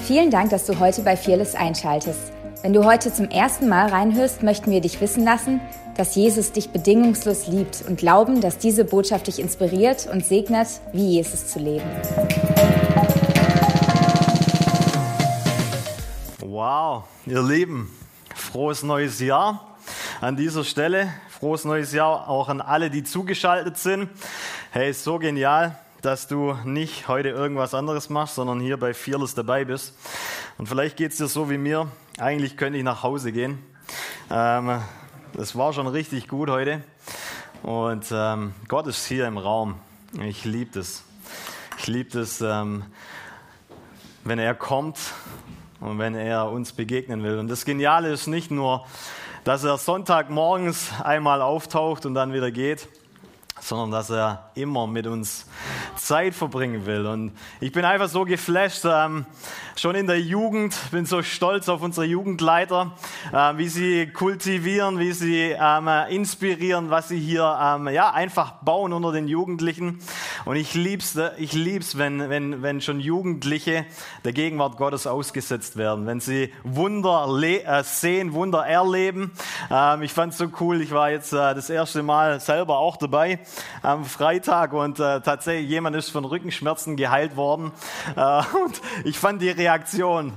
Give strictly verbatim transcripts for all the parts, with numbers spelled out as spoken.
Vielen Dank, dass du heute bei Fearless einschaltest. Wenn du heute zum ersten Mal reinhörst, möchten wir dich wissen lassen, dass Jesus dich bedingungslos liebt und glauben, dass diese Botschaft dich inspiriert und segnet, wie Jesus zu leben. Wow, ihr Lieben, frohes neues Jahr an dieser Stelle. Frohes neues Jahr auch an alle, die zugeschaltet sind. Hey, so genial, dass du nicht heute irgendwas anderes machst, sondern hier bei Fearless dabei bist. Und vielleicht geht es dir so wie mir. Eigentlich könnte ich nach Hause gehen. Ähm, das war schon richtig gut heute. Und ähm, Gott ist hier im Raum. Ich liebe das. Ich liebe das, ähm, wenn er kommt und wenn er uns begegnen will. Und das Geniale ist nicht nur, dass er Sonntagmorgens einmal auftaucht und dann wieder geht, sondern dass er immer mit uns Zeit verbringen will. Und ich bin einfach so geflasht, ähm, schon in der Jugend, bin so stolz auf unsere Jugendleiter, äh, wie sie kultivieren, wie sie ähm, inspirieren, was sie hier ähm, ja, einfach bauen unter den Jugendlichen. Und ich lieb's, ich lieb's, wenn, wenn, wenn schon Jugendliche der Gegenwart Gottes ausgesetzt werden, wenn sie Wunder le- äh, sehen, Wunder erleben. Ähm, ich fand's so cool, ich war jetzt äh, das erste Mal selber auch dabei am Freitag und äh, tatsächlich jemand ist von Rückenschmerzen geheilt worden äh, und ich fand die Reaktion,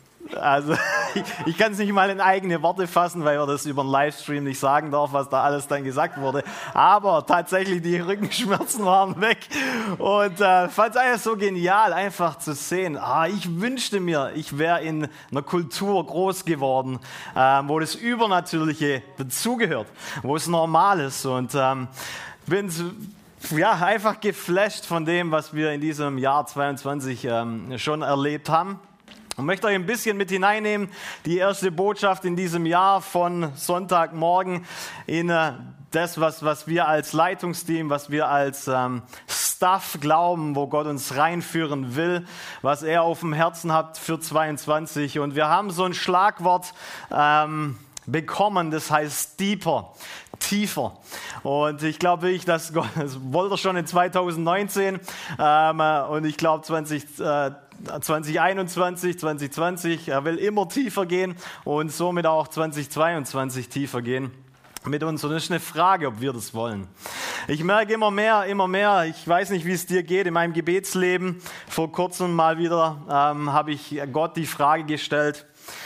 also ich, ich kann es nicht mal in eigene Worte fassen, weil wir das über den Livestream nicht sagen darf, was da alles dann gesagt wurde, aber tatsächlich die Rückenschmerzen waren weg und äh, fand es einfach so genial, einfach zu sehen, ah, ich wünschte mir, ich wäre in einer Kultur groß geworden, äh, wo das Übernatürliche dazugehört, wo es normal ist und ähm, bin ja, einfach geflasht von dem, was wir in diesem Jahr zweiundzwanzig ähm, schon erlebt haben. Und möchte euch ein bisschen mit hineinnehmen, die erste Botschaft in diesem Jahr von Sonntagmorgen in äh, das, was, was wir als Leitungsteam, was wir als ähm, Staff glauben, wo Gott uns reinführen will, was er auf dem Herzen hat für zweiundzwanzig. Und wir haben so ein Schlagwort ähm, bekommen, das heißt deeper. Tiefer. Und ich glaube wirklich, dass Gott, das wollte er schon in zweitausendneunzehn ähm, und ich glaube zwanzig, äh, zwanzig einundzwanzig, zwanzig zwanzig, er will immer tiefer gehen und somit auch zwanzig zweiundzwanzig tiefer gehen mit uns. Und es ist eine Frage, ob wir das wollen. Ich merke immer mehr, immer mehr, ich weiß nicht, wie es dir geht in meinem Gebetsleben. Vor kurzem mal wieder ähm, habe ich Gott die Frage gestellt,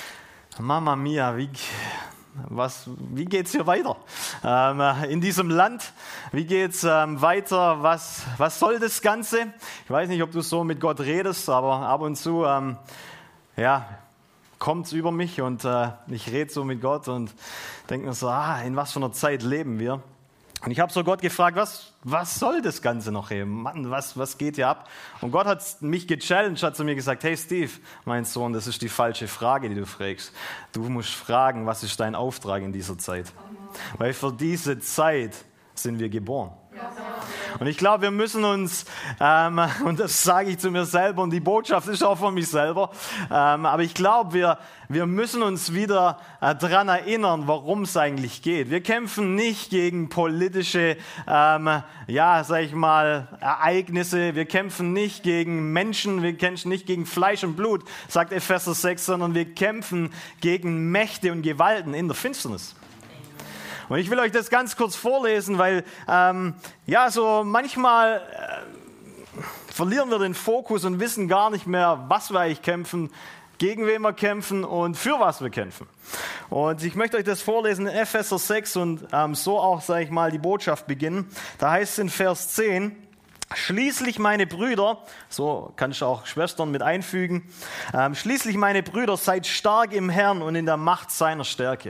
Mama mia, wie... Was, wie geht's hier weiter ähm, in diesem Land? Wie geht's ähm, weiter? Was, was soll das Ganze? Ich weiß nicht, ob du so mit Gott redest, aber ab und zu ähm, ja, kommt's über mich und äh, ich rede so mit Gott und denke mir so, ah, in was für einer Zeit leben wir? Und ich habe so Gott gefragt, was, was soll das Ganze noch eben? Mann, was, was geht hier ab? Und Gott hat mich gechallenged, hat zu mir gesagt, hey Steve, mein Sohn, das ist die falsche Frage, die du fragst. Du musst fragen, was ist dein Auftrag in dieser Zeit? Weil für diese Zeit sind wir geboren. Und ich glaube, wir müssen uns, ähm, und das sage ich zu mir selber, und die Botschaft ist auch von mich selber, ähm, aber ich glaube, wir, wir müssen uns wieder äh, daran erinnern, warum es eigentlich geht. Wir kämpfen nicht gegen politische, ähm, ja, sag ich mal, Ereignisse, wir kämpfen nicht gegen Menschen, wir kämpfen nicht gegen Fleisch und Blut, sagt Epheser sechs, sondern wir kämpfen gegen Mächte und Gewalten in der Finsternis. Und ich will euch das ganz kurz vorlesen, weil ähm, ja, so manchmal äh, verlieren wir den Fokus und wissen gar nicht mehr, was wir eigentlich kämpfen, gegen wen wir kämpfen und für was wir kämpfen. Und ich möchte euch das vorlesen in Epheser sechs und ähm, so auch, sage ich mal, die Botschaft beginnen. Da heißt es in Vers zehn, schließlich meine Brüder, so kannst du auch Schwestern mit einfügen, ähm, schließlich meine Brüder, seid stark im Herrn und in der Macht seiner Stärke.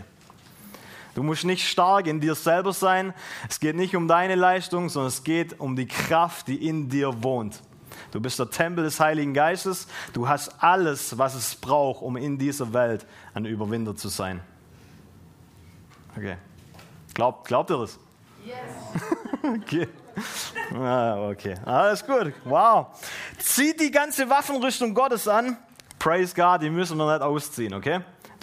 Du musst nicht stark in dir selber sein. Es geht nicht um deine Leistung, sondern es geht um die Kraft, die in dir wohnt. Du bist der Tempel des Heiligen Geistes. Du hast alles, was es braucht, um in dieser Welt ein Überwinder zu sein. Okay. Glaubt, glaubt ihr das? Yes. Okay. Ah, okay. Alles gut. Wow. Zieht die ganze Waffenrüstung Gottes an. Praise God, die müssen wir nicht ausziehen, okay?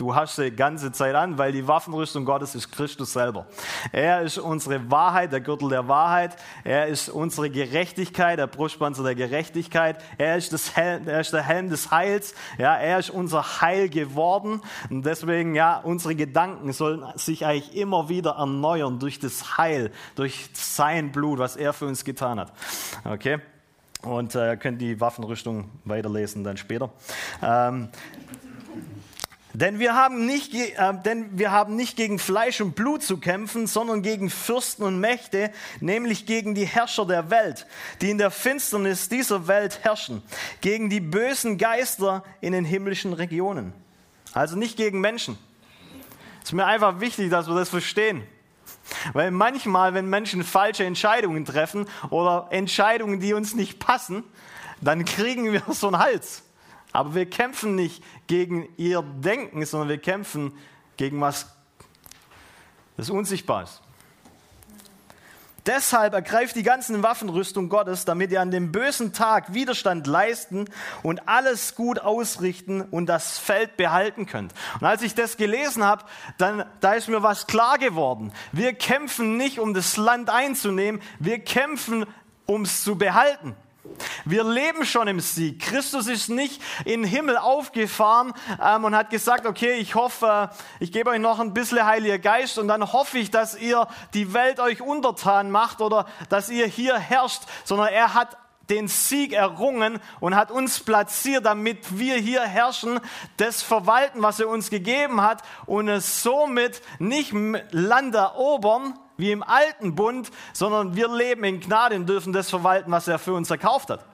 du hast sie die ganze Zeit an, weil die Waffenrüstung Gottes ist Christus selber. Er ist unsere Wahrheit, der Gürtel der Wahrheit. Er ist unsere Gerechtigkeit, der Brustpanzer der Gerechtigkeit. Er ist, das Helm, er ist der Helm des Heils. Ja, er ist unser Heil geworden. Und deswegen, ja, unsere Gedanken sollen sich eigentlich immer wieder erneuern durch das Heil, durch sein Blut, was er für uns getan hat. Okay? Und äh, könnt die Waffenrüstung weiterlesen dann später. Ähm, denn, wir haben nicht, äh, denn wir haben nicht gegen Fleisch und Blut zu kämpfen, sondern gegen Fürsten und Mächte, nämlich gegen die Herrscher der Welt, die in der Finsternis dieser Welt herrschen, gegen die bösen Geister in den himmlischen Regionen. Also nicht gegen Menschen. Es ist mir einfach wichtig, dass wir das verstehen. Weil manchmal, wenn Menschen falsche Entscheidungen treffen oder Entscheidungen, die uns nicht passen, dann kriegen wir so einen Hals. Aber wir kämpfen nicht gegen ihr Denken, sondern wir kämpfen gegen was, das unsichtbar ist. Deshalb ergreift die ganzen Waffenrüstung Gottes, damit ihr an dem bösen Tag Widerstand leisten und alles gut ausrichten und das Feld behalten könnt. Und als ich das gelesen habe, dann da ist mir was klar geworden. Wir kämpfen nicht, um das Land einzunehmen, wir kämpfen, um es zu behalten. Wir leben schon im Sieg. Christus ist nicht in den Himmel aufgefahren ähm, und hat gesagt, okay, ich hoffe, äh, ich gebe euch noch ein bisschen Heiliger Geist und dann hoffe ich, dass ihr die Welt euch untertan macht oder dass ihr hier herrscht, sondern er hat den Sieg errungen und hat uns platziert, damit wir hier herrschen, das verwalten, was er uns gegeben hat und es somit nicht Land erobern, wie im alten Bund, sondern wir leben in Gnade und dürfen das verwalten, was er für uns erkauft hat.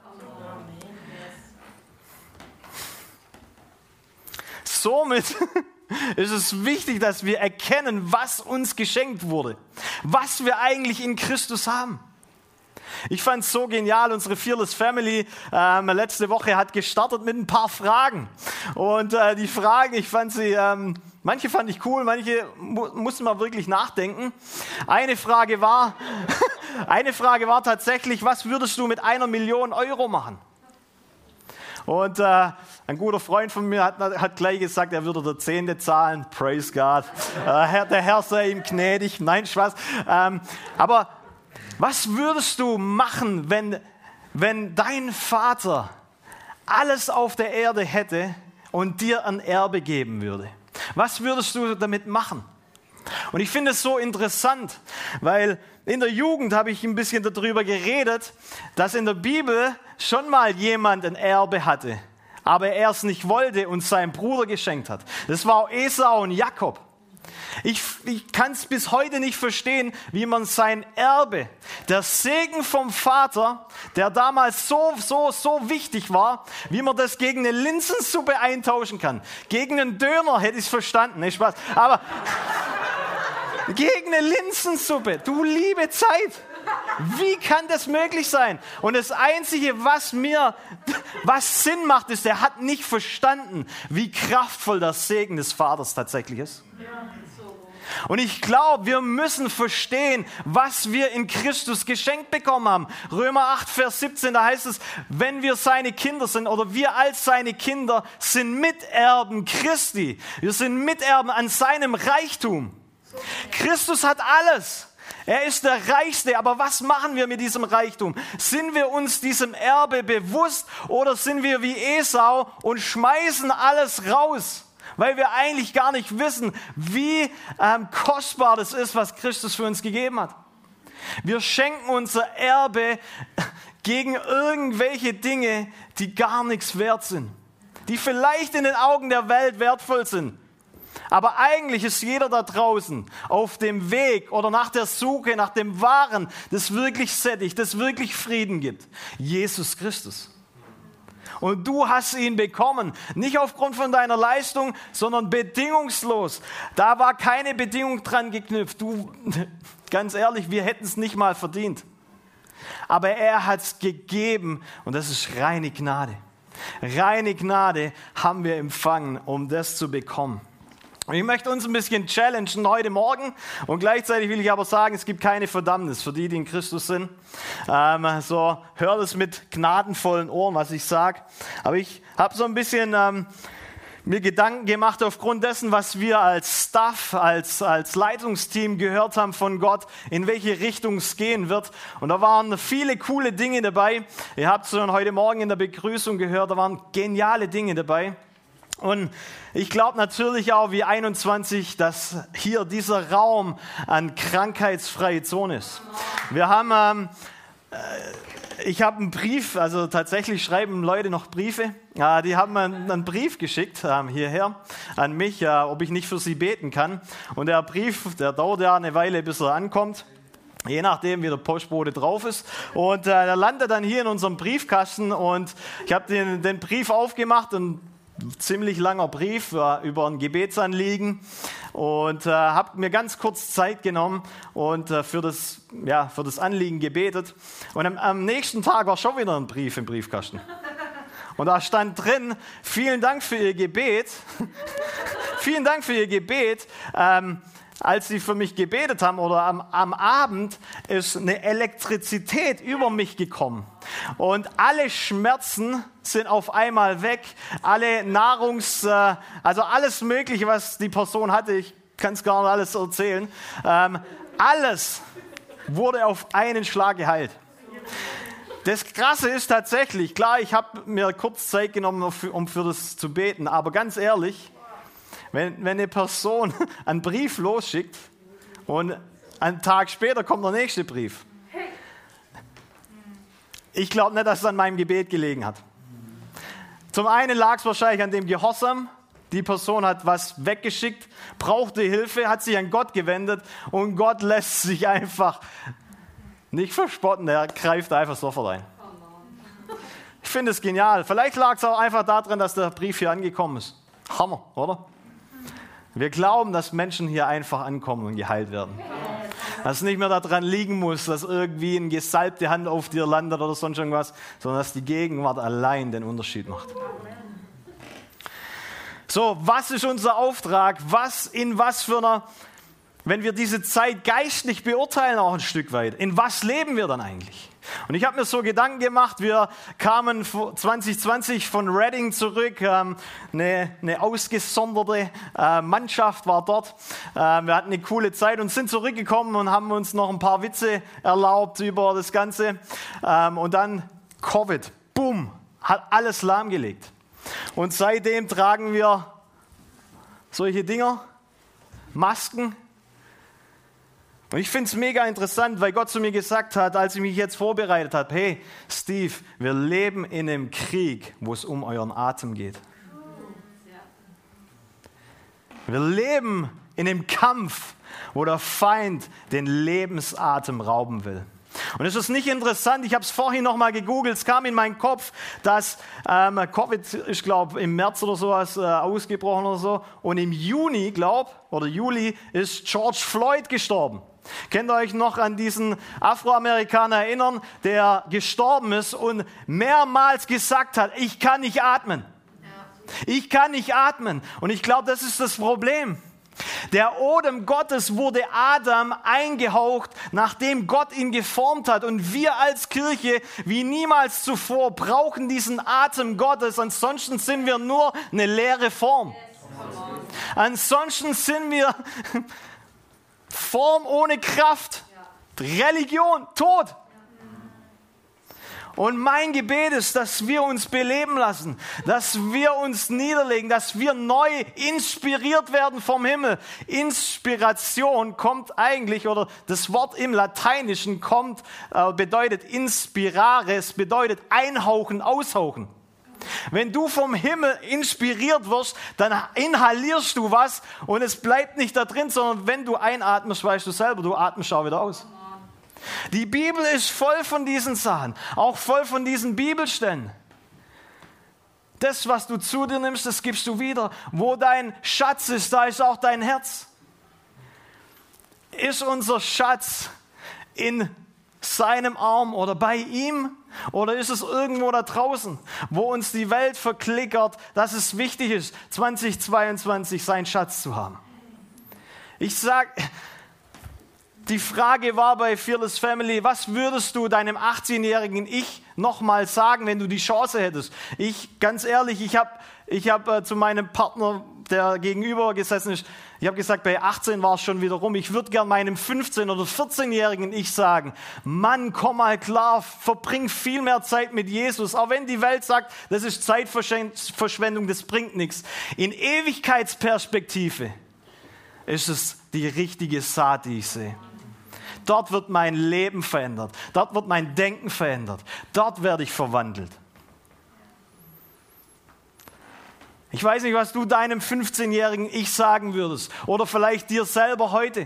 Somit ist es wichtig, dass wir erkennen, was uns geschenkt wurde, was wir eigentlich in Christus haben. Ich fand es so genial, unsere Fearless Family ähm, letzte Woche hat gestartet mit ein paar Fragen. Und äh, die Fragen, ich fand sie, ähm, manche fand ich cool, manche mu- mussten wir wirklich nachdenken. Eine Frage war, eine Frage war tatsächlich, was würdest du mit einer Million Euro machen? Und äh, ein guter Freund von mir hat, hat gleich gesagt, er würde der Zehnte zahlen. Praise God. Äh, der Herr sei ihm gnädig. Nein, Spaß. Ähm, aber was würdest du machen, wenn, wenn dein Vater alles auf der Erde hätte und dir ein Erbe geben würde? Was würdest du damit machen? Und ich finde es so interessant, weil in der Jugend habe ich ein bisschen darüber geredet, dass in der Bibel schon mal jemand ein Erbe hatte, aber er es nicht wollte und seinem Bruder geschenkt hat. Das war Esau und Jakob. Ich, ich kann es bis heute nicht verstehen, wie man sein Erbe, der Segen vom Vater, der damals so, so, so wichtig war, wie man das gegen eine Linsensuppe eintauschen kann. Gegen einen Döner hätte ich es verstanden, nicht Spaß. Aber gegen eine Linsensuppe, du liebe Zeit. Wie kann das möglich sein? Und das Einzige, was mir, was Sinn macht, ist, er hat nicht verstanden, wie kraftvoll der Segen des Vaters tatsächlich ist. Und ich glaube, wir müssen verstehen, was wir in Christus geschenkt bekommen haben. Römer acht, Vers siebzehn, da heißt es, wenn wir seine Kinder sind oder wir als seine Kinder sind Miterben Christi. Wir sind Miterben an seinem Reichtum. Christus hat alles. Er ist der Reichste, aber was machen wir mit diesem Reichtum? Sind wir uns diesem Erbe bewusst oder sind wir wie Esau und schmeißen alles raus? Weil wir eigentlich gar nicht wissen, wie ähm, kostbar das ist, was Christus für uns gegeben hat. Wir schenken unser Erbe gegen irgendwelche Dinge, die gar nichts wert sind. Die vielleicht in den Augen der Welt wertvoll sind. Aber eigentlich ist jeder da draußen auf dem Weg oder nach der Suche nach dem Wahren, das wirklich sättigt, das wirklich Frieden gibt. Jesus Christus. Und du hast ihn bekommen, nicht aufgrund von deiner Leistung, sondern bedingungslos. Da war keine Bedingung dran geknüpft. Du, ganz ehrlich, wir hätten es nicht mal verdient. Aber er hat es gegeben und das ist reine Gnade. Reine Gnade haben wir empfangen, um das zu bekommen. Und ich möchte uns ein bisschen challengen heute Morgen und gleichzeitig will ich aber sagen, es gibt keine Verdammnis für die, die in Christus sind. Ähm, so hört es mit gnadenvollen Ohren, was ich sage. Aber ich habe so ein bisschen ähm, mir Gedanken gemacht aufgrund dessen, was wir als Staff, als, als Leitungsteam gehört haben von Gott, in welche Richtung es gehen wird. Und da waren viele coole Dinge dabei. Ihr habt es schon heute Morgen in der Begrüßung gehört, da waren geniale Dinge dabei. Und ich glaube natürlich auch wie einundzwanzig, dass hier dieser Raum eine krankheitsfreie Zone ist. Wir haben... Ähm, Ich habe einen Brief, also tatsächlich schreiben Leute noch Briefe. Ja, die haben einen, einen Brief geschickt äh, hierher an mich, äh, ob ich nicht für sie beten kann. Und der Brief, der dauert ja eine Weile, bis er ankommt. Je nachdem, wie der Postbote drauf ist. Und äh, der landet dann hier in unserem Briefkasten. Und ich habe den, den Brief aufgemacht, ein ziemlich langer Brief äh, über ein Gebetsanliegen. Und äh, habe mir ganz kurz Zeit genommen und äh, für, das, ja, für das Anliegen gebetet. Und am, am nächsten Tag war schon wieder ein Brief im Briefkasten. Und da stand drin, vielen Dank für Ihr Gebet. vielen Dank für Ihr Gebet. Ähm, als Sie für mich gebetet haben oder am, am Abend ist eine Elektrizität über mich gekommen. Und alle Schmerzen sind auf einmal weg. Alle Nahrungs-, äh, also alles Mögliche, was die Person hatte, ich kann es gar nicht alles erzählen. Ähm, alles wurde auf einen Schlag geheilt. Das Krasse ist tatsächlich, klar, ich habe mir kurz Zeit genommen, um für das zu beten, aber ganz ehrlich, wenn, wenn eine Person einen Brief losschickt und einen Tag später kommt der nächste Brief, ich glaube nicht, dass es an meinem Gebet gelegen hat. Zum einen lag es wahrscheinlich an dem Gehorsam. Die Person hat was weggeschickt, brauchte Hilfe, hat sich an Gott gewendet und Gott lässt sich einfach nicht verspotten, er greift einfach sofort ein. Ich finde es genial. Vielleicht lag es auch einfach daran, dass der Brief hier angekommen ist. Hammer, oder? Wir glauben, dass Menschen hier einfach ankommen und geheilt werden. Dass es nicht mehr daran liegen muss, dass irgendwie eine gesalbte Hand auf dir landet oder sonst irgendwas, sondern dass die Gegenwart allein den Unterschied macht. So, was ist unser Auftrag? Was, in was für einer, wenn wir diese Zeit geistlich beurteilen auch ein Stück weit, in was leben wir dann eigentlich? Und ich habe mir so Gedanken gemacht, wir kamen zwanzig zwanzig von Reading zurück, ähm, eine, eine ausgesonderte äh, Mannschaft war dort. Äh, wir hatten eine coole Zeit und sind zurückgekommen und haben uns noch ein paar Witze erlaubt über das Ganze. Ähm, und dann Covid, boom, hat alles lahmgelegt. Und seitdem tragen wir solche Dinger, Masken. Und ich finde es mega interessant, weil Gott zu mir gesagt hat, als ich mich jetzt vorbereitet habe, hey Steve, wir leben in einem Krieg, wo es um euren Atem geht. Wir leben in einem Kampf, wo der Feind den Lebensatem rauben will. Und es ist nicht interessant, ich habe es vorhin noch mal gegoogelt, es kam in meinen Kopf, dass ähm, Covid ist, glaube ich, im März oder sowas äh, ausgebrochen oder so. Und im Juni, glaube oder Juli, ist George Floyd gestorben. Könnt ihr euch noch an diesen Afroamerikaner erinnern, der gestorben ist und mehrmals gesagt hat, ich kann nicht atmen. Ich kann nicht atmen. Und ich glaube, das ist das Problem. Der Odem Gottes wurde Adam eingehaucht, nachdem Gott ihn geformt hat. Und wir als Kirche, wie niemals zuvor, brauchen diesen Atem Gottes. Ansonsten sind wir nur eine leere Form. Ansonsten sind wir Form ohne Kraft. Religion, Tod. Und mein Gebet ist, dass wir uns beleben lassen, dass wir uns niederlegen, dass wir neu inspiriert werden vom Himmel. Inspiration kommt eigentlich, oder das Wort im Lateinischen kommt, äh, bedeutet inspirare, es bedeutet einhauchen, aushauchen. Wenn du vom Himmel inspiriert wirst, dann inhalierst du was und es bleibt nicht da drin, sondern wenn du einatmest, weißt du selber, du atmest auch wieder aus. Die Bibel ist voll von diesen Sachen, auch voll von diesen Bibelstellen. Das, was du zu dir nimmst, das gibst du wieder. Wo dein Schatz ist, da ist auch dein Herz. Ist unser Schatz in seinem Arm oder bei ihm? Oder ist es irgendwo da draußen, wo uns die Welt verklickert, dass es wichtig ist, zwanzig zweiundzwanzig seinen Schatz zu haben? Ich sage, Die Frage war bei Fearless Family, was würdest du deinem achtzehnjährigen Ich nochmal sagen, wenn du die Chance hättest? Ich, ganz ehrlich, ich habe ich hab, äh, zu meinem Partner, der gegenüber gesessen ist, ich habe gesagt, bei achtzehn war es schon wieder rum. Ich würde gern meinem fünfzehn- oder vierzehnjährigen Ich sagen, Mann, komm mal klar, verbring viel mehr Zeit mit Jesus. Auch wenn die Welt sagt, das ist Zeitverschwendung, das bringt nichts. In Ewigkeitsperspektive ist es die richtige Saat, die ich sehe. Dort wird mein Leben verändert. Dort wird mein Denken verändert. Dort werde ich verwandelt. Ich weiß nicht, was du deinem fünfzehnjährigen Ich sagen würdest. Oder vielleicht dir selber heute.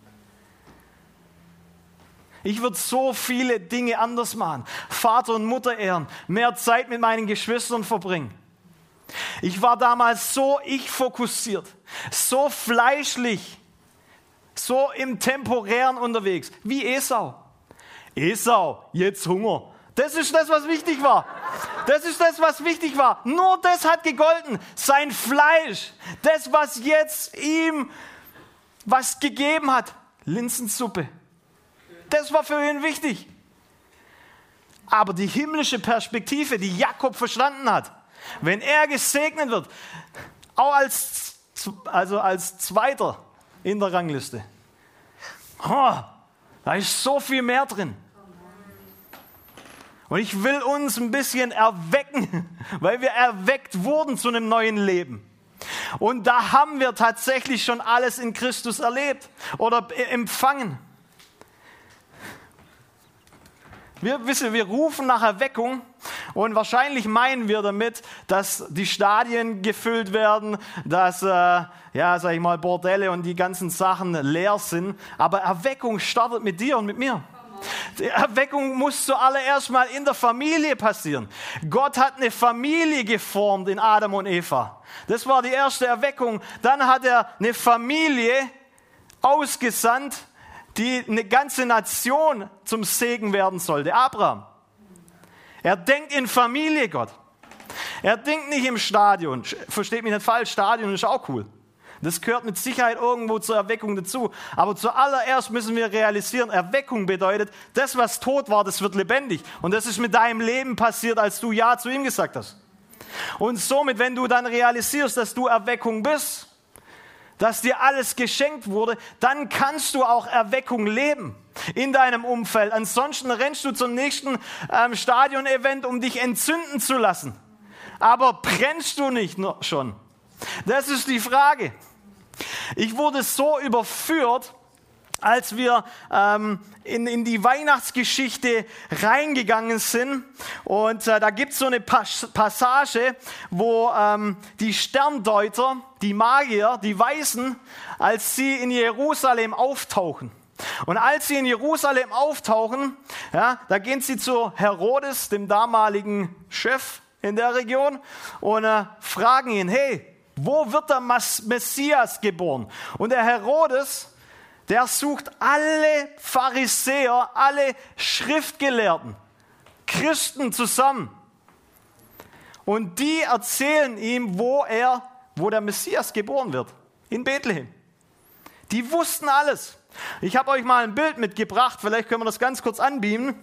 Ich würde so viele Dinge anders machen. Vater und Mutter ehren. Mehr Zeit mit meinen Geschwistern verbringen. Ich war damals so ich-fokussiert. So fleischlich. So im Temporären unterwegs. Wie Esau. Esau, jetzt Hunger. Das ist das, was wichtig war. Das ist das, was wichtig war. Nur das hat gegolten. Sein Fleisch. Das, was jetzt ihm was gegeben hat. Linsensuppe. Das war für ihn wichtig. Aber die himmlische Perspektive, die Jakob verstanden hat, wenn er gesegnet wird, auch als, also als Zweiter in der Rangliste, oh, da ist so viel mehr drin. Und ich will uns ein bisschen erwecken, weil wir erweckt wurden zu einem neuen Leben. Und da haben wir tatsächlich schon alles in Christus erlebt oder empfangen. Wir wissen, wir rufen nach Erweckung und wahrscheinlich meinen wir damit, dass die Stadien gefüllt werden, dass, äh, ja, sag ich mal, Bordelle und die ganzen Sachen leer sind. Aber Erweckung startet mit dir und mit mir. Die Erweckung muss zuallererst mal in der Familie passieren. Gott hat eine Familie geformt in Adam und Eva. Das war die erste Erweckung. Dann hat er eine Familie ausgesandt, die eine ganze Nation zum Segen werden sollte. Abraham. Er denkt in Familie, Gott. Er denkt nicht im Stadion. Versteht mich nicht falsch, Stadion ist auch cool. Das gehört mit Sicherheit irgendwo zur Erweckung dazu. Aber zuallererst müssen wir realisieren, Erweckung bedeutet, das, was tot war, das wird lebendig. Und das ist mit deinem Leben passiert, als du Ja zu ihm gesagt hast. Und somit, wenn du dann realisierst, dass du Erweckung bist, dass dir alles geschenkt wurde, dann kannst du auch Erweckung leben in deinem Umfeld. Ansonsten rennst du zum nächsten ähm, Stadion-Event, um dich entzünden zu lassen. Aber brennst du nicht noch schon? Das ist die Frage. Ich wurde so überführt, als wir ähm, in, in die Weihnachtsgeschichte reingegangen sind. Und äh, da gibt es so eine Pas- Passage, wo ähm, die Sterndeuter, die Magier, die Weisen, als sie in Jerusalem auftauchen. Und als sie in Jerusalem auftauchen, ja, da gehen sie zu Herodes, dem damaligen Chef in der Region, und äh, fragen ihn, hey, wo wird der Messias geboren? Und der Herodes, der sucht alle Pharisäer, alle Schriftgelehrten, Christen zusammen. Und die erzählen ihm, wo er, wo der Messias geboren wird. In Bethlehem. Die wussten alles. Ich habe euch mal ein Bild mitgebracht, vielleicht können wir das ganz kurz anbeamen.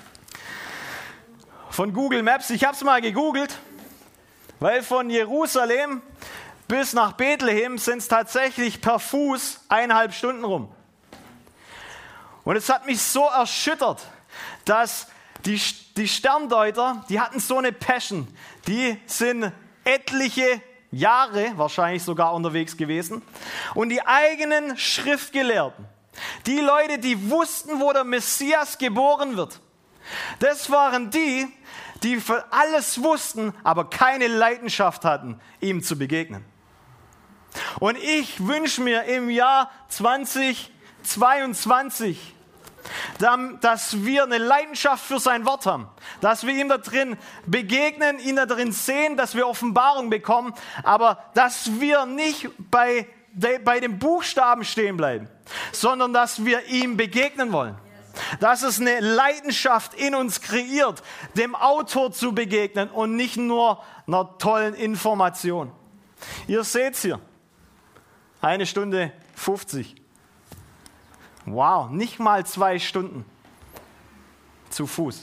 Von Google Maps. Ich habe es mal gegoogelt, weil von Jerusalem bis nach Bethlehem sind es tatsächlich per Fuß eineinhalb Stunden rum. Und es hat mich so erschüttert, dass die, die Sterndeuter, die hatten so eine Passion. Die sind etliche Jahre wahrscheinlich sogar unterwegs gewesen. Und die eigenen Schriftgelehrten, die Leute, die wussten, wo der Messias geboren wird, das waren die, die für alles wussten, aber keine Leidenschaft hatten, ihm zu begegnen. Und ich wünsche mir im Jahr zwanzig zweiundzwanzig, dass wir eine Leidenschaft für sein Wort haben, dass wir ihm da drin begegnen, ihn da drin sehen, dass wir Offenbarung bekommen, aber dass wir nicht bei, bei den Buchstaben stehen bleiben, sondern dass wir ihm begegnen wollen. Dass es eine Leidenschaft in uns kreiert, dem Autor zu begegnen und nicht nur einer tollen Information. Ihr seht es hier. Eine Stunde fünfzig. Wow, nicht mal zwei Stunden zu Fuß.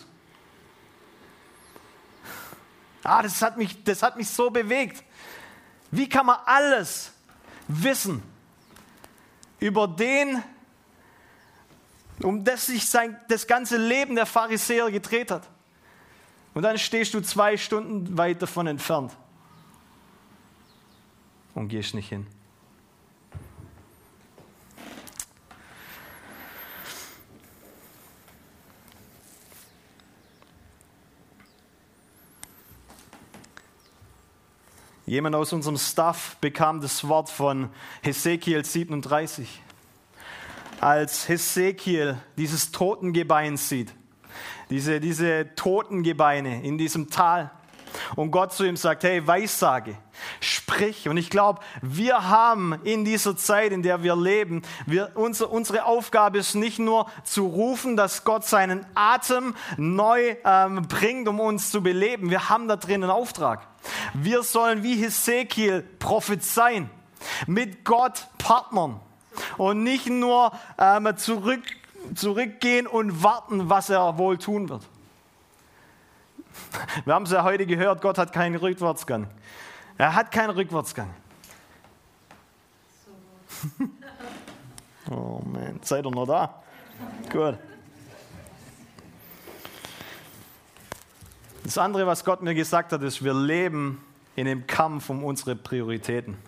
Ah, das hat mich, das hat mich so bewegt. Wie kann man alles wissen über den, um das sich sein, das ganze Leben der Pharisäer gedreht hat? Und dann stehst du zwei Stunden weit davon entfernt und gehst nicht hin. Jemand aus unserem Staff bekam das Wort von Hesekiel siebenunddreißig. Als Hesekiel dieses Totengebein sieht, diese, diese Totengebeine in diesem Tal, und Gott zu ihm sagt, hey, Weissage, sprich. Und ich glaube, wir haben in dieser Zeit, in der wir leben, wir, unser, unsere Aufgabe ist nicht nur zu rufen, dass Gott seinen Atem neu ähm, bringt, um uns zu beleben. Wir haben da drin einen Auftrag. Wir sollen wie Hesekiel prophezeien, mit Gott partnern und nicht nur ähm, zurück, zurückgehen und warten, was er wohl tun wird. Wir haben es ja heute gehört, Gott hat keinen Rückwärtsgang. Er hat keinen Rückwärtsgang. Oh man, seid ihr noch da? Gut. Das andere, was Gott mir gesagt hat, ist, wir leben in dem Kampf um unsere Prioritäten.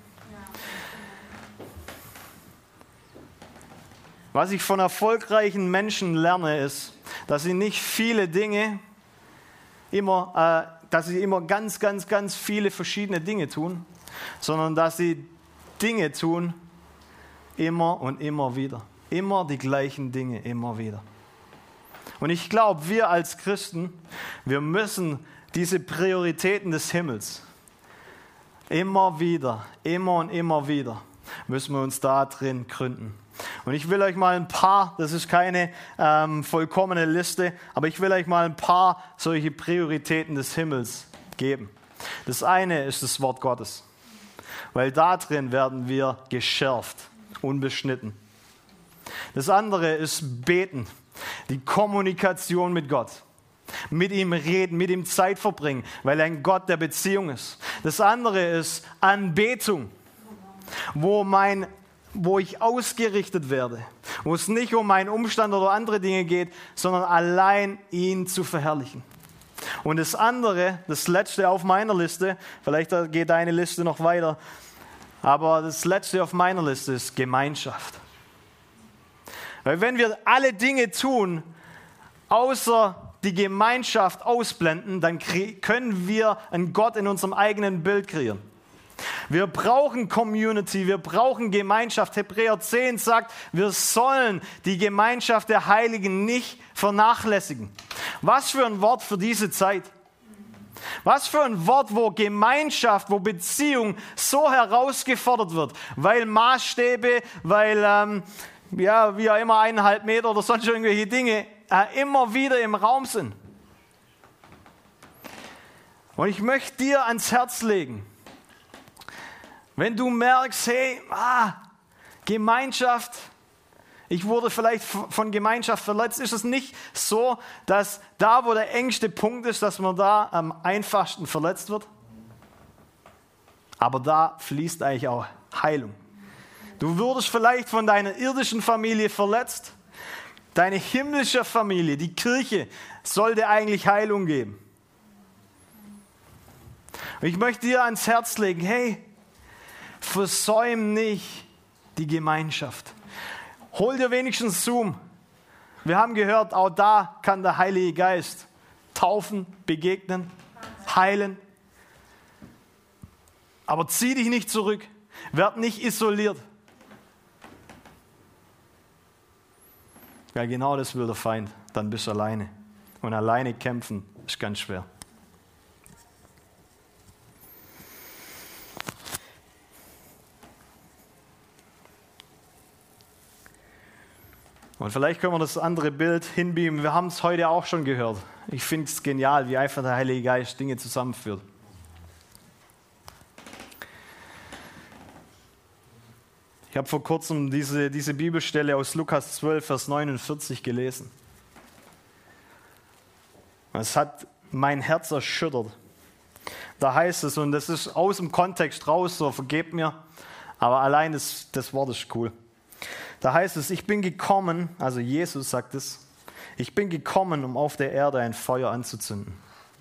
Was ich von erfolgreichen Menschen lerne, ist, dass sie nicht viele Dinge immer, äh, dass sie immer ganz, ganz, ganz viele verschiedene Dinge tun, sondern dass sie Dinge tun, immer und immer wieder. Immer die gleichen Dinge, immer wieder. Und ich glaube, wir als Christen, wir müssen diese Prioritäten des Himmels immer wieder, immer und immer wieder, müssen wir uns da drin gründen. Und ich will euch mal ein paar, das ist keine ähm, vollkommene Liste, aber ich will euch mal ein paar solche Prioritäten des Himmels geben. Das eine ist das Wort Gottes, weil da drin werden wir geschärft, unbeschnitten. Das andere ist Beten, die Kommunikation mit Gott. Mit ihm reden, mit ihm Zeit verbringen, weil er ein Gott der Beziehung ist. Das andere ist Anbetung, wo mein wo ich ausgerichtet werde, wo es nicht um meinen Umstand oder andere Dinge geht, sondern allein ihn zu verherrlichen. Und das andere, das letzte auf meiner Liste, vielleicht geht deine Liste noch weiter, aber das letzte auf meiner Liste ist Gemeinschaft. Weil wenn wir alle Dinge tun, außer die Gemeinschaft ausblenden, dann können wir einen Gott in unserem eigenen Bild kreieren. Wir brauchen Community, wir brauchen Gemeinschaft. Hebräer zehn sagt, wir sollen die Gemeinschaft der Heiligen nicht vernachlässigen. Was für ein Wort für diese Zeit. Was für ein Wort, wo Gemeinschaft, wo Beziehung so herausgefordert wird, weil Maßstäbe, weil, ähm, ja, wie auch immer, eineinhalb Meter oder sonst irgendwelche Dinge äh, immer wieder im Raum sind. Und ich möchte dir ans Herz legen, wenn du merkst, hey, ah, Gemeinschaft, ich wurde vielleicht von Gemeinschaft verletzt, ist es nicht so, dass da, wo der engste Punkt ist, dass man da am einfachsten verletzt wird? Aber da fließt eigentlich auch Heilung. Du wurdest vielleicht von deiner irdischen Familie verletzt. Deine himmlische Familie, die Kirche, sollte eigentlich Heilung geben. Und ich möchte dir ans Herz legen, hey, versäum nicht die Gemeinschaft. Hol dir wenigstens Zoom. Wir haben gehört, auch da kann der Heilige Geist taufen, begegnen, heilen. Aber zieh dich nicht zurück. Werd nicht isoliert. Ja, genau das will der Feind. Dann bist du alleine. Und alleine kämpfen ist ganz schwer. Und vielleicht können wir das andere Bild hinbeamen. Wir haben es heute auch schon gehört. Ich finde es genial, wie einfach der Heilige Geist Dinge zusammenführt. Ich habe vor kurzem diese, diese Bibelstelle aus Lukas zwölf, Vers neunundvierzig gelesen. Es hat mein Herz erschüttert. Da heißt es, und das ist aus dem Kontext raus, so vergebt mir, aber allein das, das Wort ist cool. Da heißt es, ich bin gekommen, also Jesus sagt es, ich bin gekommen, um auf der Erde ein Feuer anzuzünden.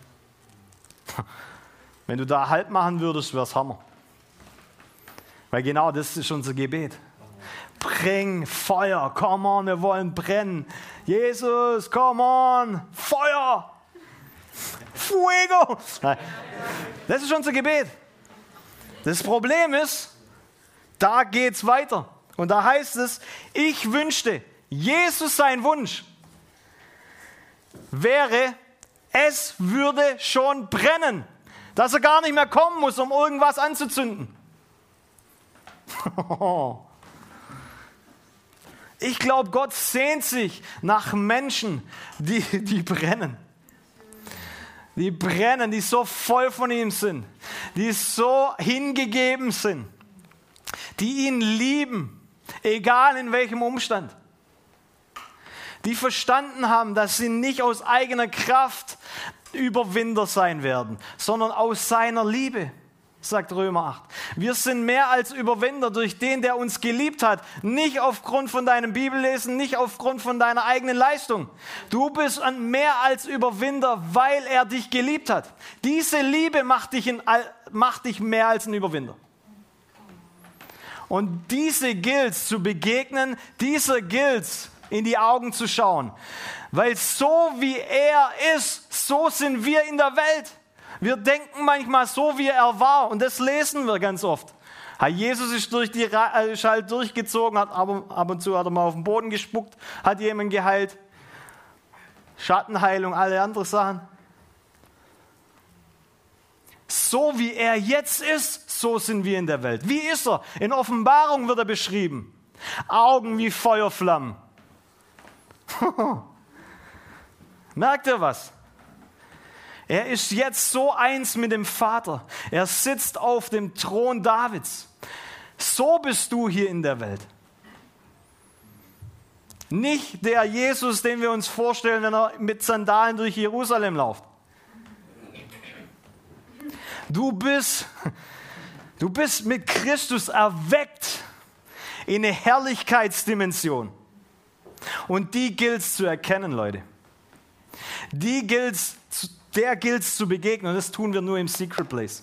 Wenn du da Halt machen würdest, wäre es Hammer. Weil genau das ist unser Gebet. Bring Feuer, come on, wir wollen brennen. Jesus, come on, Feuer, Fuego. Nein. Das ist unser Gebet. Das Problem ist, da geht es weiter. Und da heißt es, ich wünschte, Jesus sein Wunsch wäre, es würde schon brennen. Dass er gar nicht mehr kommen muss, um irgendwas anzuzünden. Ich glaube, Gott sehnt sich nach Menschen, die, die brennen. Die brennen, die so voll von ihm sind, die so hingegeben sind, die ihn lieben, egal in welchem Umstand. Die verstanden haben, dass sie nicht aus eigener Kraft Überwinder sein werden, sondern aus seiner Liebe, sagt Römer acht. Wir sind mehr als Überwinder durch den, der uns geliebt hat. Nicht aufgrund von deinem Bibellesen, nicht aufgrund von deiner eigenen Leistung. Du bist mehr als Überwinder, weil er dich geliebt hat. Diese Liebe macht dich, in, macht dich mehr als ein Überwinder. Und diese gilt's zu begegnen, dieser gilt's in die Augen zu schauen. Weil so wie er ist, so sind wir in der Welt. Wir denken manchmal so, wie er war. Und das lesen wir ganz oft. Jesus ist durch die Schall durchgezogen, hat ab, ab und zu hat er mal auf den Boden gespuckt, hat jemanden geheilt. Schattenheilung, alle anderen Sachen. So wie er jetzt ist, so sind wir in der Welt. Wie ist er? In Offenbarung wird er beschrieben. Augen wie Feuerflammen. Merkt ihr was? Er ist jetzt so eins mit dem Vater. Er sitzt auf dem Thron Davids. So bist du hier in der Welt. Nicht der Jesus, den wir uns vorstellen, wenn er mit Sandalen durch Jerusalem läuft. Du bist, du bist mit Christus erweckt in eine Herrlichkeitsdimension. Und die gilt es zu erkennen, Leute. Die gilt's, der gilt es zu begegnen. Und das tun wir nur im Secret Place.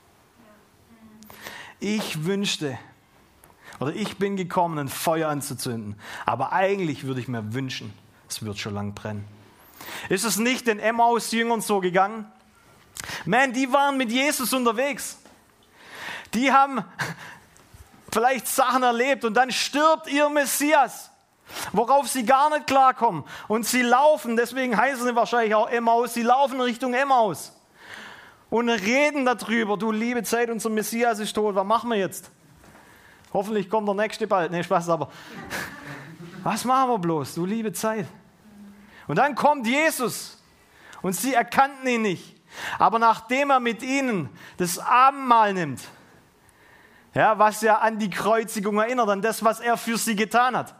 Ich wünschte, oder ich bin gekommen, ein Feuer anzuzünden. Aber eigentlich würde ich mir wünschen, es wird schon lang brennen. Ist es nicht den Emmaus-Jüngern so gegangen? Man, die waren mit Jesus unterwegs. Die haben vielleicht Sachen erlebt und dann stirbt ihr Messias, worauf sie gar nicht klarkommen. Und sie laufen, deswegen heißen sie wahrscheinlich auch Emmaus, sie laufen Richtung Emmaus und reden darüber. Du liebe Zeit, unser Messias ist tot, was machen wir jetzt? Hoffentlich kommt der nächste bald. Nee, Spaß, aber was machen wir bloß, du liebe Zeit? Und dann kommt Jesus und sie erkannten ihn nicht. Aber nachdem er mit ihnen das Abendmahl nimmt, ja, was ja an die Kreuzigung erinnert, an das, was er für sie getan hat.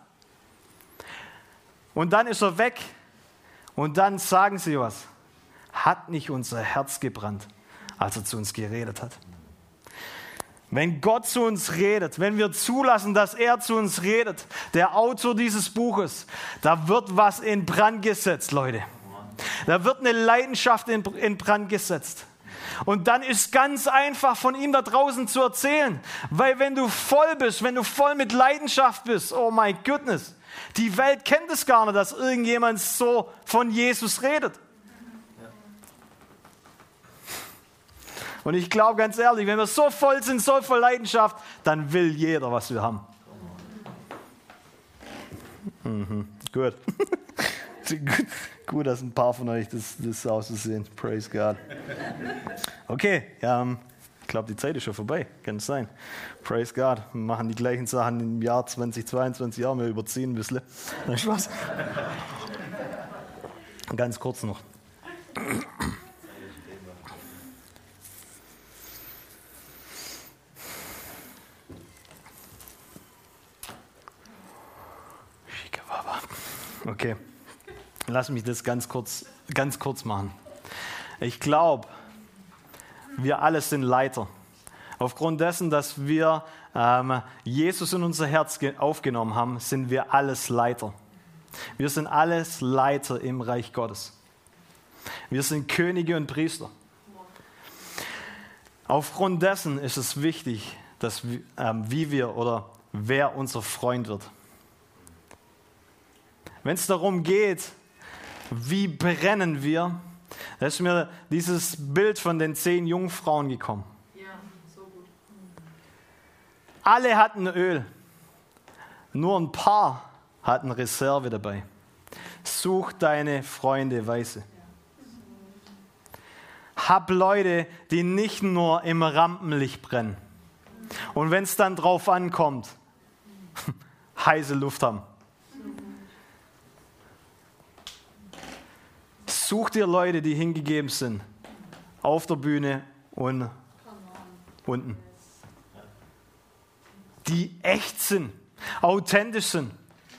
Und dann ist er weg und dann sagen sie was. Hat nicht unser Herz gebrannt, als er zu uns geredet hat? Wenn Gott zu uns redet, wenn wir zulassen, dass er zu uns redet, der Autor dieses Buches, da wird was in Brand gesetzt, Leute. Da wird eine Leidenschaft in, in Brand gesetzt. Und dann ist ganz einfach von ihm da draußen zu erzählen. Weil wenn du voll bist, wenn du voll mit Leidenschaft bist, oh my goodness, die Welt kennt es gar nicht, dass irgendjemand so von Jesus redet. Und ich glaube ganz ehrlich, wenn wir so voll sind, so voll Leidenschaft, dann will jeder, was wir haben. Mhm, gut. Gut, dass ein paar von euch das, das auch so sehen. Praise God. Okay, ähm, ich glaube, die Zeit ist schon vorbei. Kann es sein. Praise God. Wir machen die gleichen Sachen im Jahr zweitausendzweiundzwanzig. Ja, wir überziehen ein bisschen. Nein, Spaß. Ganz kurz noch. Okay, lass mich das ganz kurz, ganz kurz machen. Ich glaube, wir alle sind Leiter. Aufgrund dessen, dass wir ähm, Jesus in unser Herz ge- aufgenommen haben, sind wir alles Leiter. Wir sind alles Leiter im Reich Gottes. Wir sind Könige und Priester. Aufgrund dessen ist es wichtig, dass, ähm, wie wir oder wer unser Freund wird. Wenn es darum geht, wie brennen wir, da ist mir dieses Bild von den zehn Jungfrauen gekommen. Ja, so gut. Alle hatten Öl, nur ein paar hatten Reserve dabei. Such deine Freunde weise. Hab Leute, die nicht nur im Rampenlicht brennen. Und wenn es dann drauf ankommt, heiße Luft haben. Such dir Leute, die hingegeben sind. Auf der Bühne und unten. Die echt sind, authentisch sind.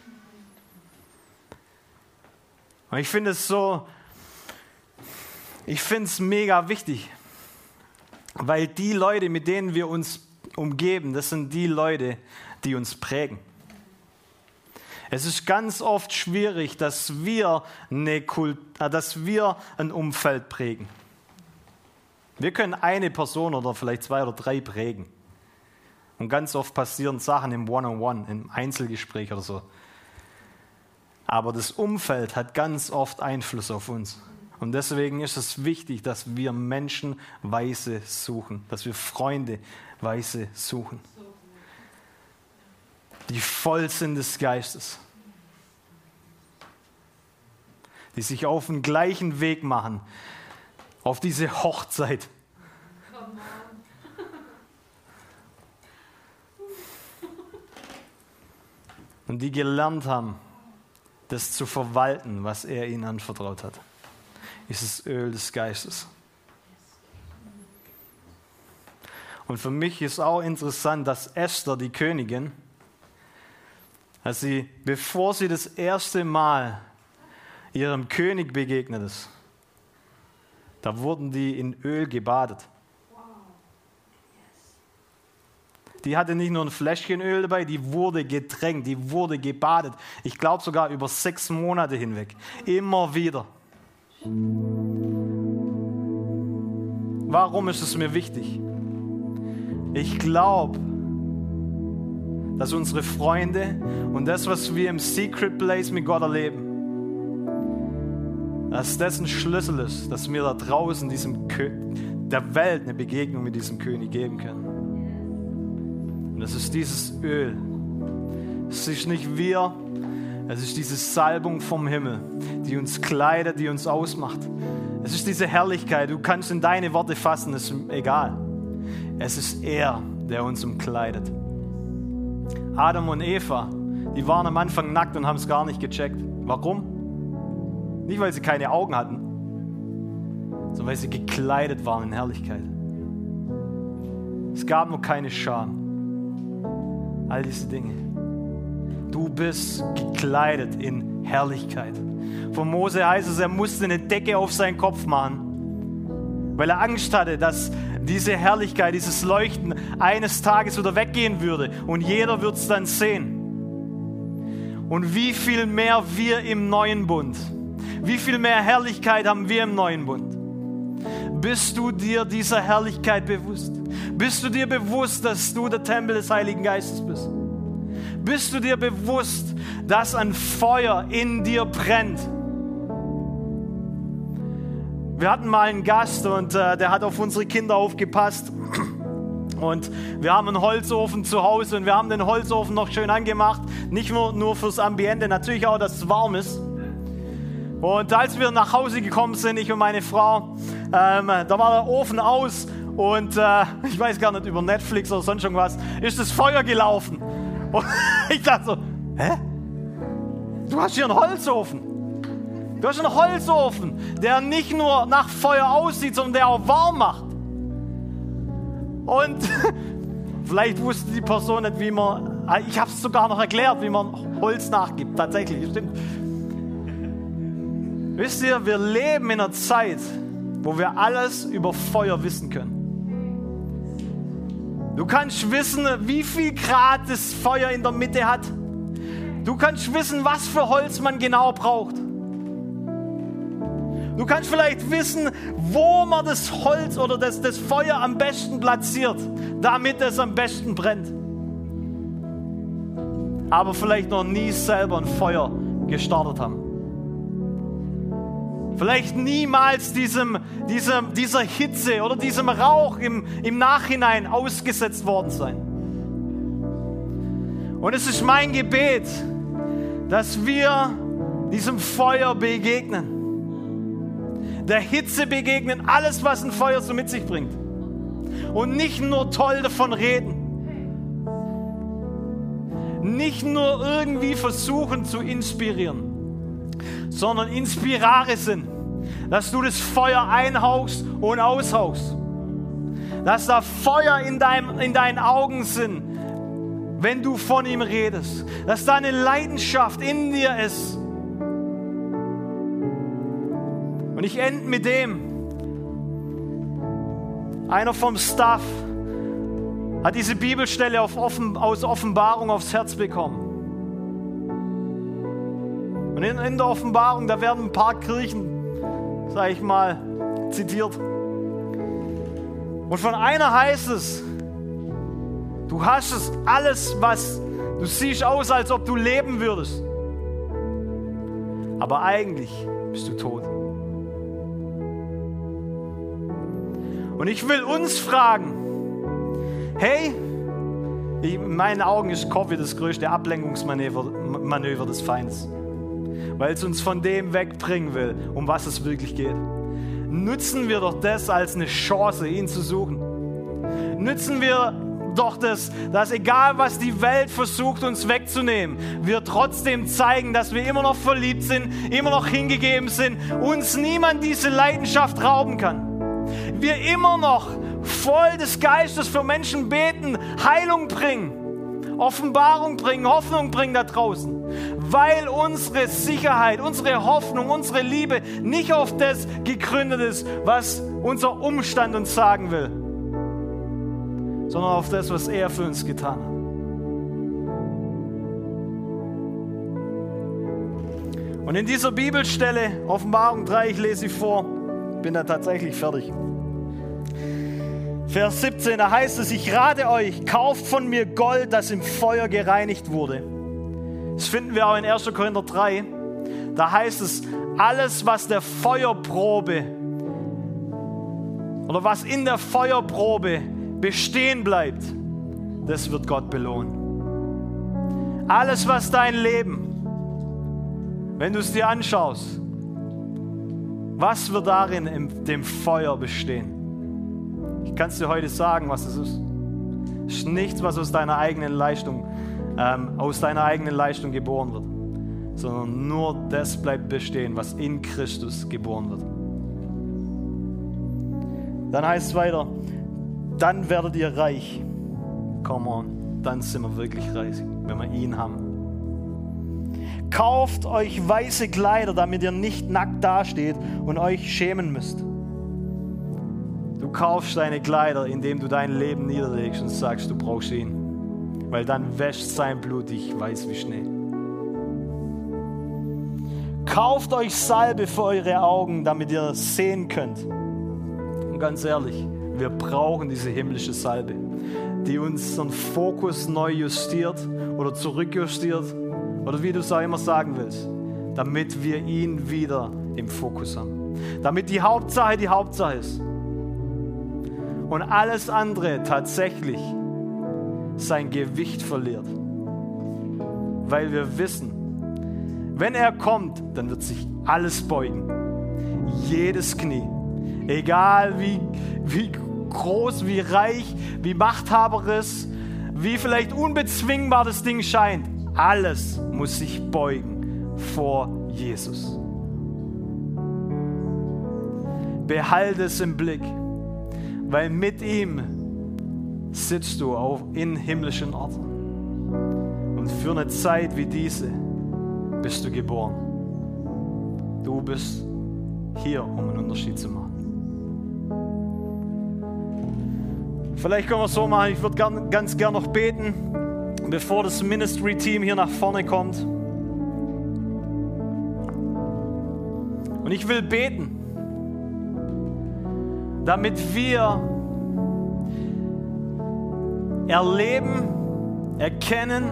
Und ich finde es so, ich finde es mega wichtig, weil die Leute, mit denen wir uns umgeben, das sind die Leute, die uns prägen. Es ist ganz oft schwierig, dass wir, eine Kult, dass wir ein Umfeld prägen. Wir können eine Person oder vielleicht zwei oder drei prägen. Und ganz oft passieren Sachen im One-on-One, im Einzelgespräch oder so. Aber das Umfeld hat ganz oft Einfluss auf uns. Und deswegen ist es wichtig, dass wir Menschen weise suchen, dass wir Freunde weise suchen, die voll sind des Geistes, die sich auf den gleichen Weg machen, auf diese Hochzeit. Und die gelernt haben, das zu verwalten, was er ihnen anvertraut hat. Ist das Öl des Geistes. Und für mich ist auch interessant, dass Esther, die Königin, als sie, bevor sie das erste Mal ihrem König begegnet ist, da wurden die in Öl gebadet. Die hatte nicht nur ein Fläschchen Öl dabei, die wurde getränkt, die wurde gebadet. Ich glaube sogar über sechs Monate hinweg. Immer wieder. Warum ist es mir wichtig? Ich glaube, dass unsere Freunde und das, was wir im Secret Place mit Gott erleben, dass das ein Schlüssel ist, dass wir da draußen diesem Kö- der Welt eine Begegnung mit diesem König geben können. Und das ist dieses Öl. Es ist nicht wir, es ist diese Salbung vom Himmel, die uns kleidet, die uns ausmacht. Es ist diese Herrlichkeit, du kannst in deine Worte fassen, ist egal. Es ist er, der uns umkleidet. Adam und Eva, die waren am Anfang nackt und haben es gar nicht gecheckt. Warum? Nicht, weil sie keine Augen hatten, sondern weil sie gekleidet waren in Herrlichkeit. Es gab nur keine Scham. All diese Dinge. Du bist gekleidet in Herrlichkeit. Von Mose heißt es, er musste eine Decke auf seinen Kopf machen, weil er Angst hatte, dass diese Herrlichkeit, dieses Leuchten eines Tages wieder weggehen würde und jeder wird es dann sehen. Und wie viel mehr wir im neuen Bund, wie viel mehr Herrlichkeit haben wir im neuen Bund? Bist du dir dieser Herrlichkeit bewusst? Bist du dir bewusst, dass du der Tempel des Heiligen Geistes bist? Bist du dir bewusst, dass ein Feuer in dir brennt? Wir hatten mal einen Gast und äh, der hat auf unsere Kinder aufgepasst. Und wir haben einen Holzofen zu Hause und wir haben den Holzofen noch schön angemacht. Nicht nur, nur fürs Ambiente, natürlich auch, dass es warm ist. Und als wir nach Hause gekommen sind, ich und meine Frau, ähm, da war der Ofen aus und äh, ich weiß gar nicht, über Netflix oder sonst irgendwas, ist das Feuer gelaufen. Und ich dachte so, hä? Du hast hier einen Holzofen. Du hast einen Holzofen, der nicht nur nach Feuer aussieht, sondern der auch warm macht. Und vielleicht wusste die Person nicht, wie man, ich habe es sogar noch erklärt, wie man Holz nachgibt, tatsächlich, stimmt. Wisst ihr, wir leben in einer Zeit, wo wir alles über Feuer wissen können. Du kannst wissen, wie viel Grad das Feuer in der Mitte hat. Du kannst wissen, was für Holz man genau braucht. Du kannst vielleicht wissen, wo man das Holz oder das, das Feuer am besten platziert, damit es am besten brennt. Aber vielleicht noch nie selber ein Feuer gestartet haben. Vielleicht niemals diesem, diesem, dieser Hitze oder diesem Rauch im, im Nachhinein ausgesetzt worden sein. Und es ist mein Gebet, dass wir diesem Feuer begegnen. Der Hitze begegnen, alles, was ein Feuer so mit sich bringt. Und nicht nur toll davon reden. Nicht nur irgendwie versuchen zu inspirieren, sondern inspirare sind. Dass du das Feuer einhauchst und aushauchst. Dass da Feuer in, deinem, in deinen Augen sind, wenn du von ihm redest. Dass da eine Leidenschaft in dir ist. Und ich ende mit dem. Einer vom Staff hat diese Bibelstelle auf Offen, aus Offenbarung aufs Herz bekommen. Und in, in der Offenbarung, da werden ein paar Kirchen, sag ich mal, zitiert. Und von einer heißt es, du hast es alles, was, du siehst aus, als ob du leben würdest. Aber eigentlich bist du tot. Und ich will uns fragen, hey, ich, in meinen Augen ist Covid das größte Ablenkungsmanöver Manöver des Feindes, weil es uns von dem wegbringen will, um was es wirklich geht. Nutzen wir doch das als eine Chance, ihn zu suchen. Nutzen wir doch das, dass egal was die Welt versucht uns wegzunehmen, wir trotzdem zeigen, dass wir immer noch verliebt sind, immer noch hingegeben sind, uns niemand diese Leidenschaft rauben kann. Wir immer noch voll des Geistes für Menschen beten, Heilung bringen, Offenbarung bringen, Hoffnung bringen da draußen. Weil unsere Sicherheit, unsere Hoffnung, unsere Liebe nicht auf das gegründet ist, was unser Umstand uns sagen will, sondern auf das, was er für uns getan hat. Und in dieser Bibelstelle, Offenbarung drei, ich lese sie vor, bin da tatsächlich fertig. Vers siebzehn, da heißt es, ich rate euch, kauft von mir Gold, das im Feuer gereinigt wurde. Das finden wir auch in erster Korinther drei. Da heißt es, alles, was der Feuerprobe oder was in der Feuerprobe bestehen bleibt, das wird Gott belohnen. Alles, was dein Leben, wenn du es dir anschaust, was wird darin in dem Feuer bestehen? Ich kann es dir heute sagen, was es ist. Es ist nichts, was aus deiner eigenen Leistung, ähm, aus deiner eigenen Leistung geboren wird, sondern nur das bleibt bestehen, was in Christus geboren wird. Dann heißt es weiter, dann werdet ihr reich. Come on, dann sind wir wirklich reich, wenn wir ihn haben. Kauft euch weiße Kleider, damit ihr nicht nackt dasteht und euch schämen müsst. Du kaufst deine Kleider, indem du dein Leben niederlegst und sagst, du brauchst ihn. Weil dann wäscht sein Blut dich weiß wie Schnee. Kauft euch Salbe für eure Augen, damit ihr sehen könnt. Und ganz ehrlich, wir brauchen diese himmlische Salbe, die unseren Fokus neu justiert oder zurückjustiert oder wie du es auch immer sagen willst, damit wir ihn wieder im Fokus haben. Damit die Hauptsache die Hauptsache ist. Und alles andere tatsächlich sein Gewicht verliert. Weil wir wissen, wenn er kommt, dann wird sich alles beugen. Jedes Knie. Egal wie, wie groß, wie reich, wie machthaberisch, wie vielleicht unbezwingbar das Ding scheint. Alles muss sich beugen vor Jesus. Behalte es im Blick. Weil mit ihm sitzt du auch in himmlischen Orten. Und für eine Zeit wie diese bist du geboren. Du bist hier, um einen Unterschied zu machen. Vielleicht können wir es so machen, ich würde gern, ganz gern noch beten, bevor das Ministry-Team hier nach vorne kommt. Und ich will beten, damit wir erleben, erkennen,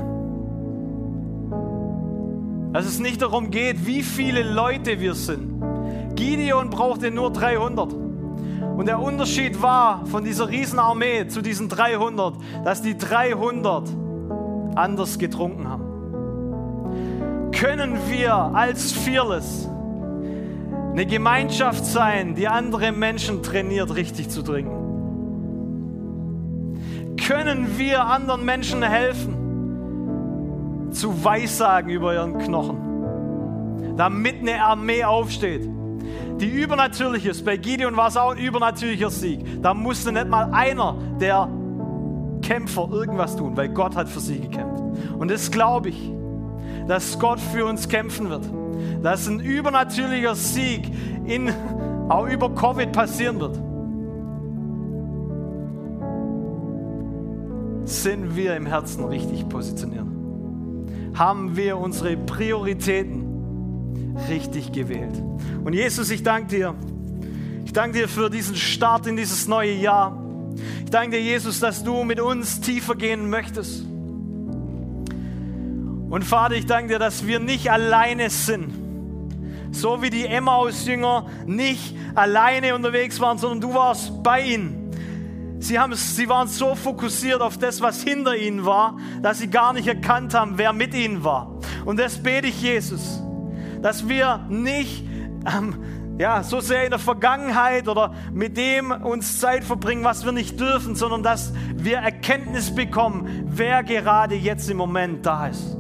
dass es nicht darum geht, wie viele Leute wir sind. Gideon brauchte nur dreihundert. Und der Unterschied war von dieser Riesenarmee zu diesen dreihundert, dass die dreihundert anders getrunken haben. Können wir als Fearless eine Gemeinschaft sein, die andere Menschen trainiert, richtig zu trinken? Können wir anderen Menschen helfen, zu Weissagen über ihren Knochen, damit eine Armee aufsteht, die übernatürlich ist? Bei Gideon war es auch ein übernatürlicher Sieg. Da musste nicht mal einer der Kämpfer irgendwas tun, weil Gott hat für sie gekämpft. Und das glaube ich, dass Gott für uns kämpfen wird. Dass ein übernatürlicher Sieg in, auch über Covid passieren wird. Sind wir im Herzen richtig positioniert? Haben wir unsere Prioritäten richtig gewählt? Und Jesus, ich danke dir. Ich danke dir für diesen Start in dieses neue Jahr. Ich danke dir, Jesus, dass du mit uns tiefer gehen möchtest. Und Vater, ich danke dir, dass wir nicht alleine sind. So wie die Emmaus-Jünger nicht alleine unterwegs waren, sondern du warst bei ihnen. Sie, haben, sie waren so fokussiert auf das, was hinter ihnen war, dass sie gar nicht erkannt haben, wer mit ihnen war. Und das bete ich, Jesus, dass wir nicht ähm, ja, so sehr in der Vergangenheit oder mit dem uns Zeit verbringen, was wir nicht dürfen, sondern dass wir Erkenntnis bekommen, wer gerade jetzt im Moment da ist.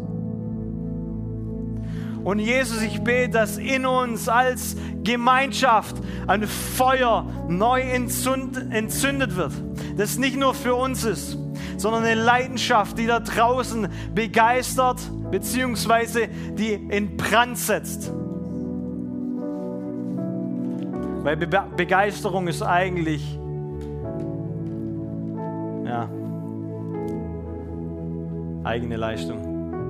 Und Jesus, ich bete, dass in uns als Gemeinschaft ein Feuer neu entzündet wird, das nicht nur für uns ist, sondern eine Leidenschaft, die da draußen begeistert, beziehungsweise die in Brand setzt. Weil Be- Begeisterung ist eigentlich, ja, eigene Leistung.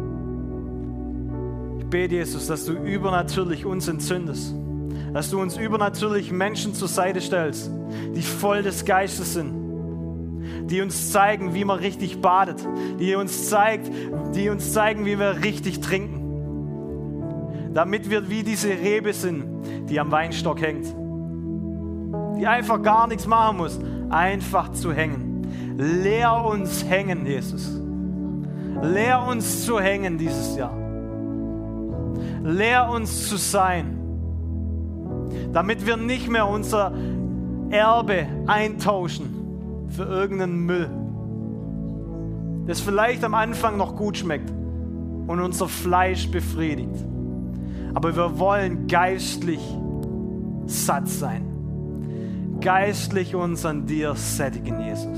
Ich bete, Jesus, dass du übernatürlich uns entzündest, dass du uns übernatürlich Menschen zur Seite stellst, die voll des Geistes sind, die uns zeigen, wie man richtig badet, die uns zeigt, die uns zeigen, wie wir richtig trinken, damit wir wie diese Rebe sind, die am Weinstock hängt, die einfach gar nichts machen muss, einfach zu hängen. Lehr uns hängen, Jesus. Lehr uns zu hängen dieses Jahr. Lehr uns zu sein, damit wir nicht mehr unser Erbe eintauschen für irgendeinen Müll, das vielleicht am Anfang noch gut schmeckt und unser Fleisch befriedigt. Aber wir wollen geistlich satt sein, geistlich uns an dir sättigen, Jesus.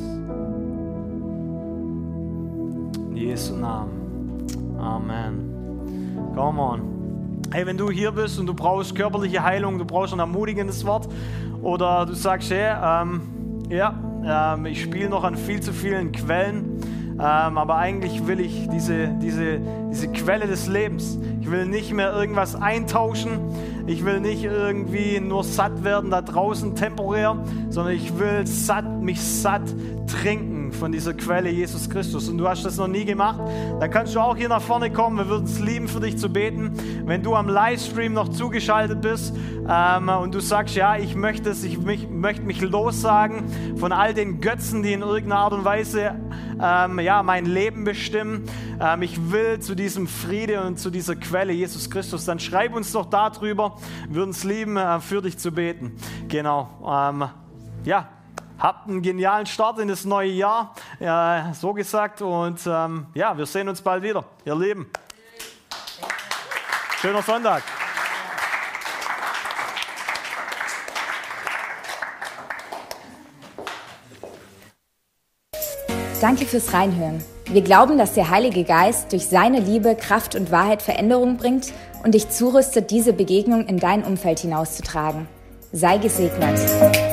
In Jesu Namen. Amen. Come on. Hey, wenn du hier bist und du brauchst körperliche Heilung, du brauchst ein ermutigendes Wort oder du sagst, hey, ähm, ja, ähm, ich spiele noch an viel zu vielen Quellen, ähm, aber eigentlich will ich diese, diese, diese Quelle des Lebens. Ich will nicht mehr irgendwas eintauschen, ich will nicht irgendwie nur satt werden da draußen temporär, sondern ich will satt, mich satt trinken von dieser Quelle Jesus Christus. Und du hast das noch nie gemacht, dann kannst du auch hier nach vorne kommen. Wir würden es lieben, für dich zu beten. Wenn du am Livestream noch zugeschaltet bist ähm, und du sagst, ja, ich möchte es, ich mich, möchte mich lossagen von all den Götzen, die in irgendeiner Art und Weise ähm, ja, mein Leben bestimmen. Ähm, ich will zu diesem Friede und zu dieser Quelle Jesus Christus. Dann schreib uns doch darüber. Wir würden es lieben, äh, für dich zu beten. Genau. Ähm, ja. Habt einen genialen Start in das neue Jahr, äh, so gesagt. Und ähm, ja, wir sehen uns bald wieder. Ihr Lieben. Schöner Sonntag. Danke fürs Reinhören. Wir glauben, dass der Heilige Geist durch seine Liebe, Kraft und Wahrheit Veränderung bringt und dich zurüstet, diese Begegnung in dein Umfeld hinauszutragen. Sei gesegnet.